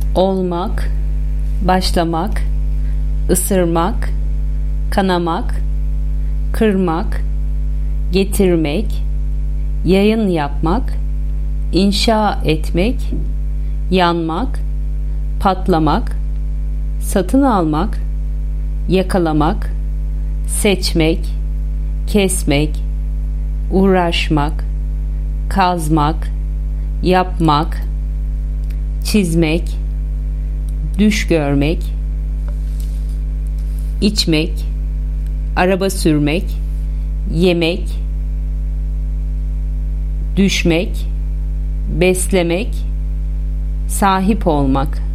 olmak, başlamak, ısırmak, kanamak, kırmak, getirmek, yayın yapmak, inşa etmek, yanmak, patlamak, satın almak, yakalamak, seçmek, kesmek, uğraşmak, kazmak, yapmak, çizmek, düş görmek, içmek, araba sürmek, yemek, düşmek, beslemek, sahip olmak.